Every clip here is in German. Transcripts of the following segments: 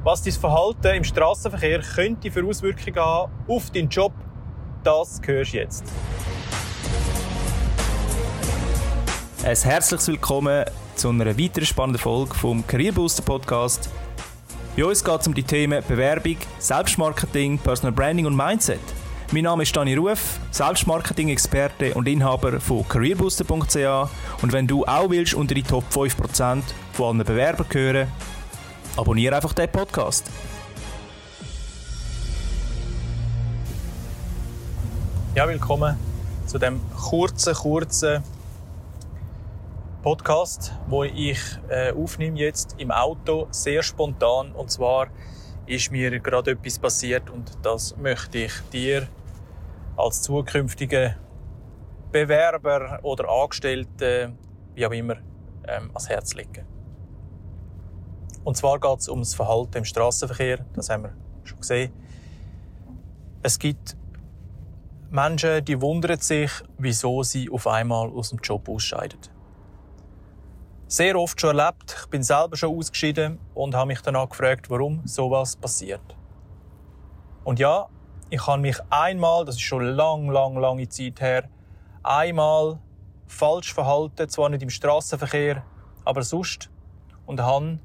Was dein Verhalten im Strassenverkehr könnte für Auswirkungen haben auf deinen Job, das hörst du jetzt. Ein herzliches Willkommen zu einer weiteren spannenden Folge vom Career Booster Podcast. Bei uns geht es um die Themen Bewerbung, Selbstmarketing, Personal Branding und Mindset. Mein Name ist Dani Ruf, Selbstmarketing-Experte und Inhaber von careerbooster.ch. Und wenn du auch willst unter die Top 5% von allen Bewerbern gehören, abonniere einfach diesen Podcast. Ja, willkommen zu dem kurzen Podcast, wo ich aufnehme jetzt im Auto, sehr spontan. Und zwar ist mir gerade etwas passiert und das möchte ich dir als zukünftiger Bewerber oder Angestellte, wie auch immer, ans Herz legen. Und zwar geht es um das Verhalten im Strassenverkehr. Das haben wir schon gesehen. Es gibt Menschen, die wundern sich, wieso sie auf einmal aus dem Job ausscheiden. Sehr oft schon erlebt. Ich bin selber schon ausgeschieden und habe mich danach gefragt, warum sowas passiert. Und ja, ich habe mich einmal, das ist schon lange Zeit her, einmal falsch verhalten, zwar nicht im Strassenverkehr, aber sonst, und habe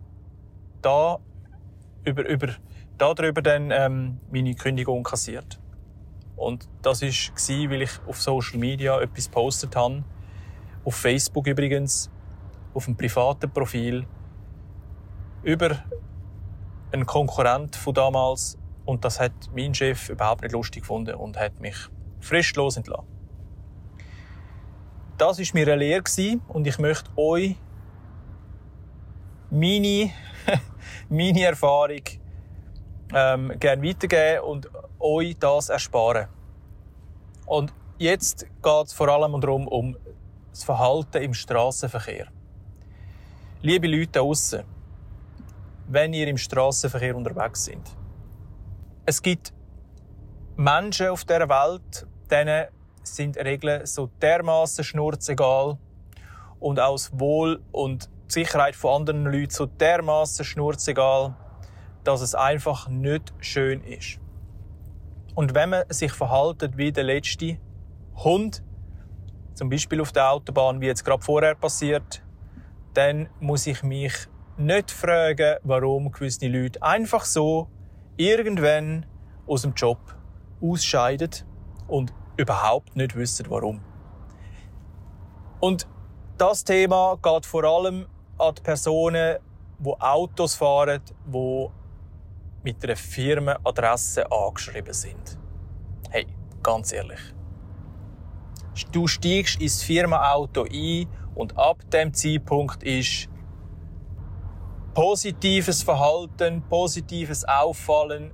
darüber dann meine Kündigung kassiert. Und das war, weil ich auf Social Media etwas gepostet habe, auf Facebook übrigens, auf einem privaten Profil, über einen Konkurrent von damals. Und das hat mein Chef überhaupt nicht lustig gefunden und hat mich fristlos entlassen. Das war mir eine Lehre und ich möchte euch meine Erfahrung gerne weitergeben und euch das ersparen. Und jetzt geht es vor allem darum, um das Verhalten im Strassenverkehr. Liebe Leute da draussen, wenn ihr im Strassenverkehr unterwegs seid, es gibt Menschen auf dieser Welt, denen sind Regeln so dermassen schnurzegal und auch das Wohl und die Sicherheit von anderen Leuten so dermassen schnurzegal, dass es einfach nicht schön ist. Und wenn man sich verhaltet wie der letzte Hund, zum Beispiel auf der Autobahn, wie jetzt gerade vorher passiert, dann muss ich mich nicht fragen, warum gewisse Leute einfach so irgendwann aus dem Job ausscheiden und überhaupt nicht wissen, warum. Und das Thema geht vor allem an die Personen, die Autos fahren, die mit einer Firmenadresse angeschrieben sind. Hey, ganz ehrlich. Du steigst ins Firmenauto ein und ab dem Zeitpunkt ist positives Verhalten, positives Auffallen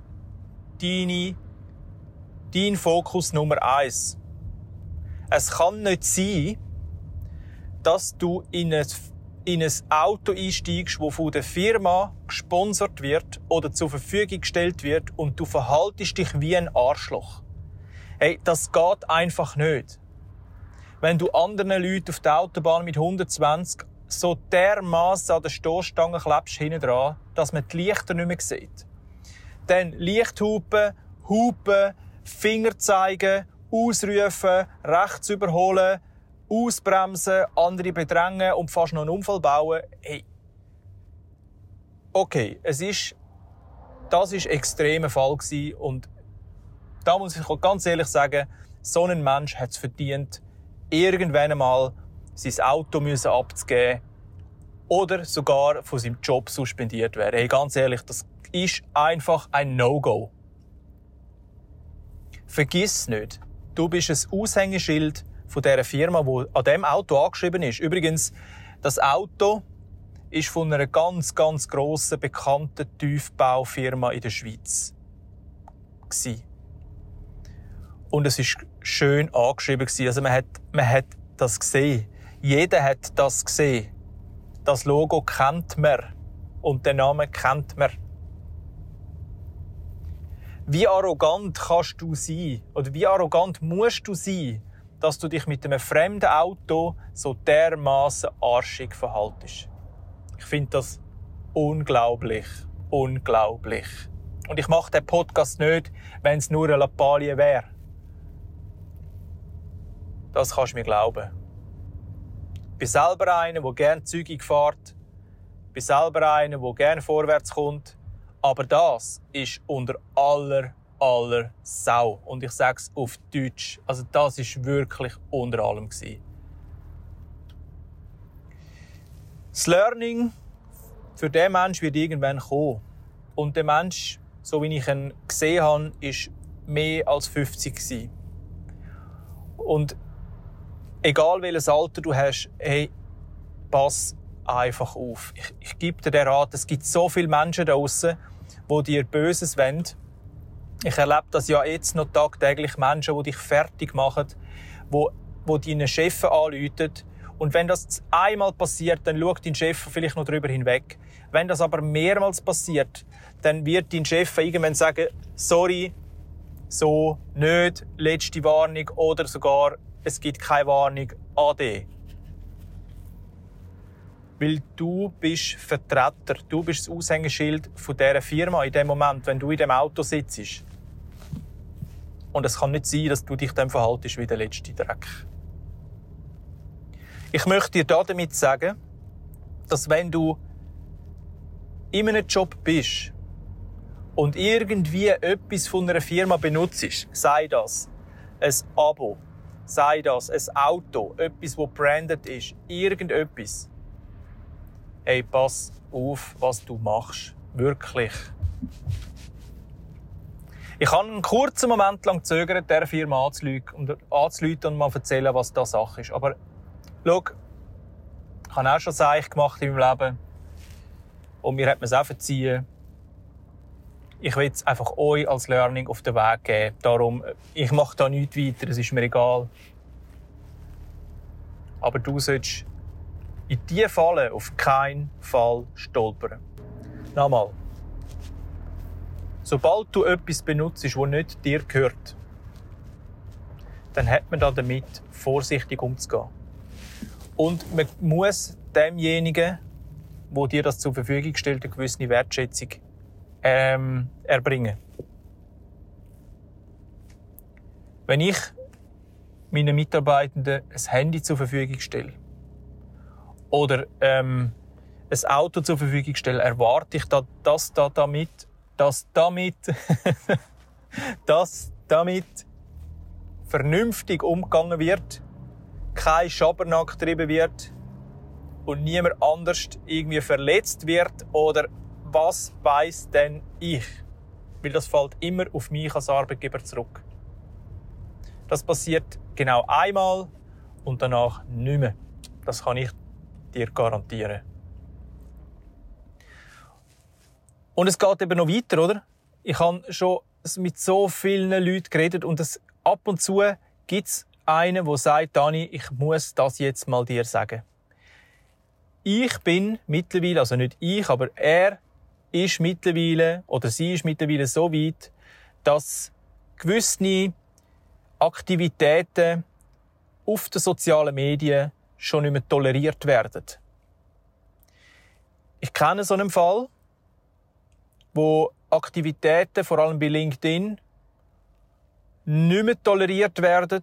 dein Fokus Nummer 1. Es kann nicht sein, dass du in ein Auto einsteigst, das von der Firma gesponsert wird oder zur Verfügung gestellt wird und du verhaltest dich wie ein Arschloch. Hey, das geht einfach nicht. Wenn du anderen Leuten auf der Autobahn mit 120 so dermassen an der Stoßstange klebst hinten dran, dass man die Lichter nicht mehr sieht. Dann Lichthupen, Hupen, Finger zeigen, ausrufen, rechts überholen, ausbremsen, andere bedrängen und fast noch einen Unfall bauen. Hey. Okay, das war ein extremer Fall gewesen und da muss ich ganz ehrlich sagen, so ein Mensch hat es verdient, irgendwann einmal sein Auto abzugeben oder sogar von seinem Job suspendiert werden. Hey, ganz ehrlich, das ist einfach ein No-Go. Vergiss nicht, du bist ein Aushängeschild von dieser Firma, die an diesem Auto angeschrieben ist. Übrigens, das Auto ist von einer ganz grossen, bekannten Tiefbaufirma in der Schweiz gewesen. Und es war schön angeschrieben. Also man hat das gesehen. Jeder hat das gesehen. Das Logo kennt man. Und den Namen kennt man. Wie arrogant kannst du sein? Oder wie arrogant musst du sein, dass du dich mit einem fremden Auto so dermassen arschig verhaltest? Ich finde das unglaublich. unglaublich. Und ich mache den Podcast nicht, wenn es nur eine Lappalie wäre. Das kannst du mir glauben. Ich bin selber einer, der gerne zügig fährt. Ich bin selber einer, der gerne vorwärts kommt. Aber das ist unter aller Sau. Und ich sage es auf Deutsch. Also das ist wirklich unter allem gewesen. Das Learning für diesen Menschen wird irgendwann kommen. Und der Mensch, so wie ich ihn gesehen habe, war mehr als 50 gewesen. Und egal welches Alter du hast, hey, pass einfach auf. Ich gebe dir den Rat, es gibt so viele Menschen da draussen, die dir Böses wollen. Ich erlebe das ja jetzt noch tagtäglich, Menschen, die dich fertig machen, die deinen Chef anrufen. Und wenn das einmal passiert, dann schaut dein Chef vielleicht noch darüber hinweg. Wenn das aber mehrmals passiert, dann wird dein Chef irgendwann sagen, sorry, so nicht, letzte Warnung oder sogar, es gibt keine Warnung, ade. Weil du bist Vertreter, du bist das Aushängeschild von dieser Firma in dem Moment, wenn du in dem Auto sitzt. Und es kann nicht sein, dass du dich dann verhaltest wie der letzte Dreck. Ich möchte dir damit sagen, dass wenn du in einem Job bist und irgendwie etwas von einer Firma benutzt, sei das ein Abo, sei das ein Auto, etwas, das branded ist, irgendetwas. Hey, pass auf, was du machst. Wirklich. Ich habe einen kurzen Moment lang gezögert, dieser Firma anzurufen und mal erzählen, was da Sache ist. Aber schau, ich habe auch schon Sachen gemacht in meinem Leben. Und mir hat man es auch verziehen. Ich will es einfach euch als Learning auf den Weg geben. Darum, ich mache da nichts weiter, es ist mir egal. Aber du solltest in diese Falle auf keinen Fall stolpern. Nochmal. Sobald du etwas benutzt, das nicht dir gehört, dann hat man damit vorsichtig umzugehen. Und man muss demjenigen, der dir das zur Verfügung stellt, eine gewisse Wertschätzung erbringen. Wenn ich meinen Mitarbeitenden ein Handy zur Verfügung stelle oder ein Auto zur Verfügung stelle, erwarte ich, dass damit vernünftig umgegangen wird, kein Schabernack getrieben wird und niemand anders irgendwie verletzt wird oder was weiss denn ich? Weil das fällt immer auf mich als Arbeitgeber zurück. Das passiert genau einmal und danach nicht mehr. Das kann ich dir garantieren. Und es geht eben noch weiter, oder? Ich habe schon mit so vielen Leuten geredet und ab und zu gibt es einen, der sagt, Dani, ich muss das jetzt mal dir sagen. Ich bin mittlerweile, also nicht ich, aber er ist mittlerweile, oder sie ist mittlerweile so weit, dass gewisse Aktivitäten auf den sozialen Medien schon nicht mehr toleriert werden. Ich kenne so einen Fall, wo Aktivitäten, vor allem bei LinkedIn, nicht mehr toleriert werden,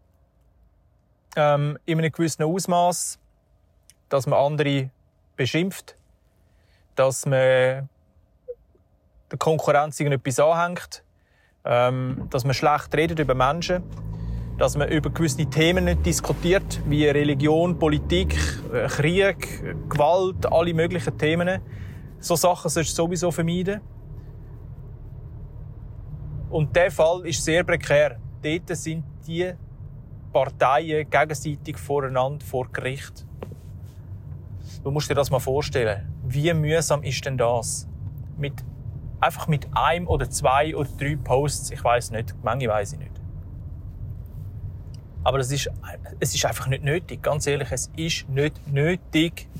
in einem gewissen Ausmaß, dass man andere beschimpft, dass man der Konkurrenz irgendetwas anhängt, dass man schlecht redet über Menschen, dass man über gewisse Themen nicht diskutiert, wie Religion, Politik, Krieg, Gewalt, alle möglichen Themen. So Sachen sollst du sowieso vermeiden. Und dieser Fall ist sehr prekär. Dort sind die Parteien gegenseitig voreinander vor Gericht. Du musst dir das mal vorstellen. Wie mühsam ist denn das? Einfach mit einem oder zwei oder drei Posts, ich weiss nicht, die Menge weiss ich nicht. Aber es ist einfach nicht nötig. Ganz ehrlich, es ist nicht nötig.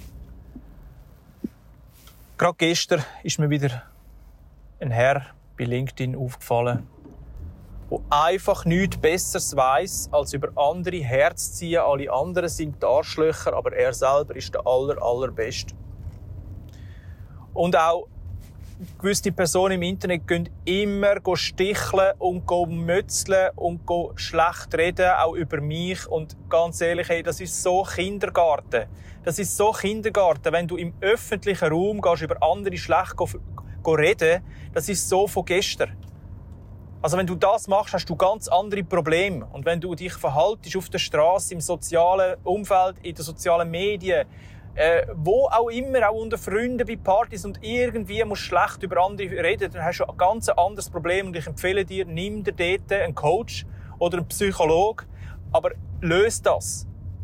Gerade gestern ist mir wieder ein Herr bei LinkedIn aufgefallen, der einfach nichts Besseres weiss, als über andere herzuziehen. Alle anderen sind die Arschlöcher, aber er selber ist der Allerbeste. Und auch gewisse Personen im Internet gehen immer sticheln und mützeln und schlecht reden, auch über mich. Und ganz ehrlich, hey, das ist so Kindergarten. Das ist so Kindergarten, wenn du im öffentlichen Raum gehst, über andere schlecht reden, das ist so von gestern. Also wenn du das machst, hast du ganz andere Probleme. Und wenn du dich verhaltest auf der Straße, im sozialen Umfeld, in den sozialen Medien, wo auch immer, auch unter Freunden bei Partys und irgendwie musst du schlecht über andere reden, dann hast du ein ganz anderes Problem. Und ich empfehle dir, nimm dir dort einen Coach oder einen Psychologen, aber löse das.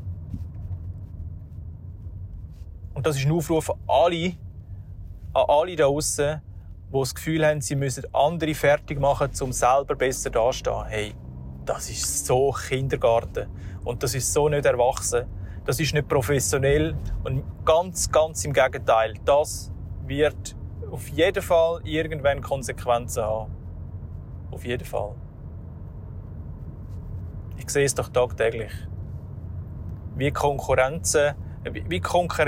Und das ist ein Aufruf an alle da draussen, die das Gefühl haben, sie müssen andere fertig machen, um selber besser dazustehen. Hey, das ist so Kindergarten. Und das ist so nicht erwachsen. Das ist nicht professionell. Und ganz, ganz im Gegenteil. Das wird auf jeden Fall irgendwann Konsequenzen haben. Auf jeden Fall. Ich sehe es doch tagtäglich. Wie Konkurrenzen, wie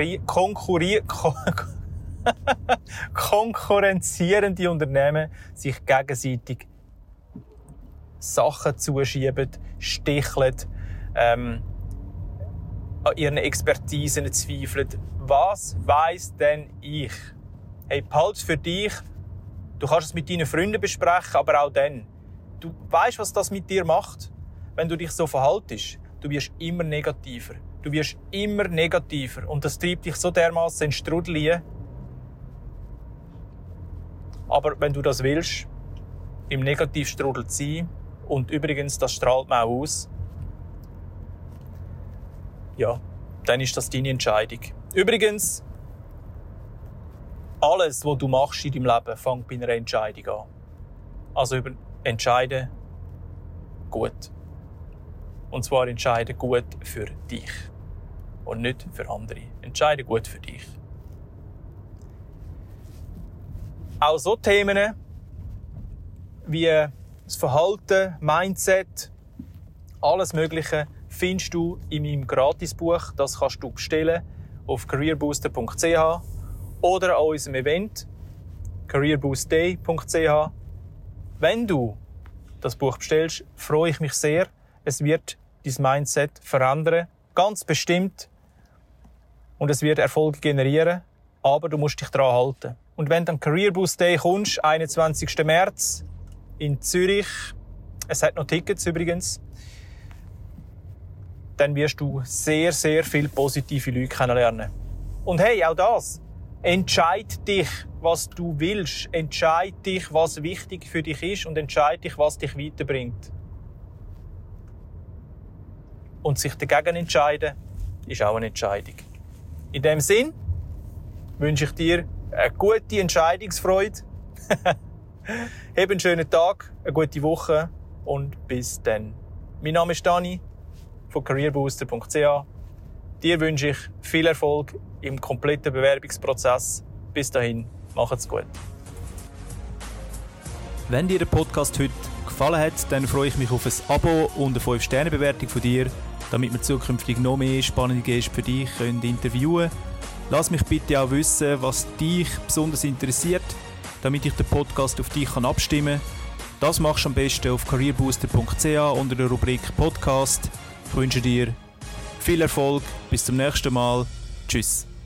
konkurrenzierende Unternehmen sich gegenseitig Sachen zuschieben, sticheln, an ihren Expertisen zweifeln. Was weiss denn ich? Hey, behalt's für dich. Du kannst es mit deinen Freunden besprechen, aber auch dann. Du weißt, was das mit dir macht, wenn du dich so verhaltest. Du wirst immer negativer. Du wirst immer negativer. Und das treibt dich so dermassen in den Strudel hinein. Aber wenn du das willst, im Negativstrudel zu sein, und übrigens, das strahlt man auch aus, ja, dann ist das deine Entscheidung. Übrigens, alles, was du machst in deinem Leben, fängt bei einer Entscheidung an. Also entscheide gut. Und zwar entscheide gut für dich. Und nicht für andere. Entscheide gut für dich. Auch so Themen wie das Verhalten, Mindset, alles Mögliche findest du in meinem Gratisbuch. Das kannst du bestellen auf careerbooster.ch oder an unserem Event careerboostday.ch. Wenn du das Buch bestellst, freue ich mich sehr. Es wird dein Mindset verändern, ganz bestimmt. Und es wird Erfolg generieren, aber du musst dich daran halten. Und wenn du am Career Boost Day kommst, 21. März in Zürich, es hat noch Tickets übrigens, dann wirst du sehr, sehr viele positive Leute kennenlernen. Und hey, auch das. Entscheid dich, was du willst. Entscheid dich, was wichtig für dich ist und entscheid dich, was dich weiterbringt. Und sich dagegen entscheiden, ist auch eine Entscheidung. In diesem Sinn wünsche ich dir eine gute Entscheidungsfreude. Hab einen schönen Tag, eine gute Woche und bis dann. Mein Name ist Dani von careerbooster.ch. Dir wünsche ich viel Erfolg im kompletten Bewerbungsprozess. Bis dahin, macht's gut. Wenn dir der Podcast heute gefallen hat, dann freue ich mich auf ein Abo und eine 5-Sterne-Bewertung von dir, damit wir zukünftig noch mehr spannende Gäste für dich interviewen können. Lass mich bitte auch wissen, was dich besonders interessiert, damit ich den Podcast auf dich abstimmen kann. Das machst du am besten auf careerbooster.ch unter der Rubrik Podcast. Ich wünsche dir viel Erfolg, bis zum nächsten Mal. Tschüss.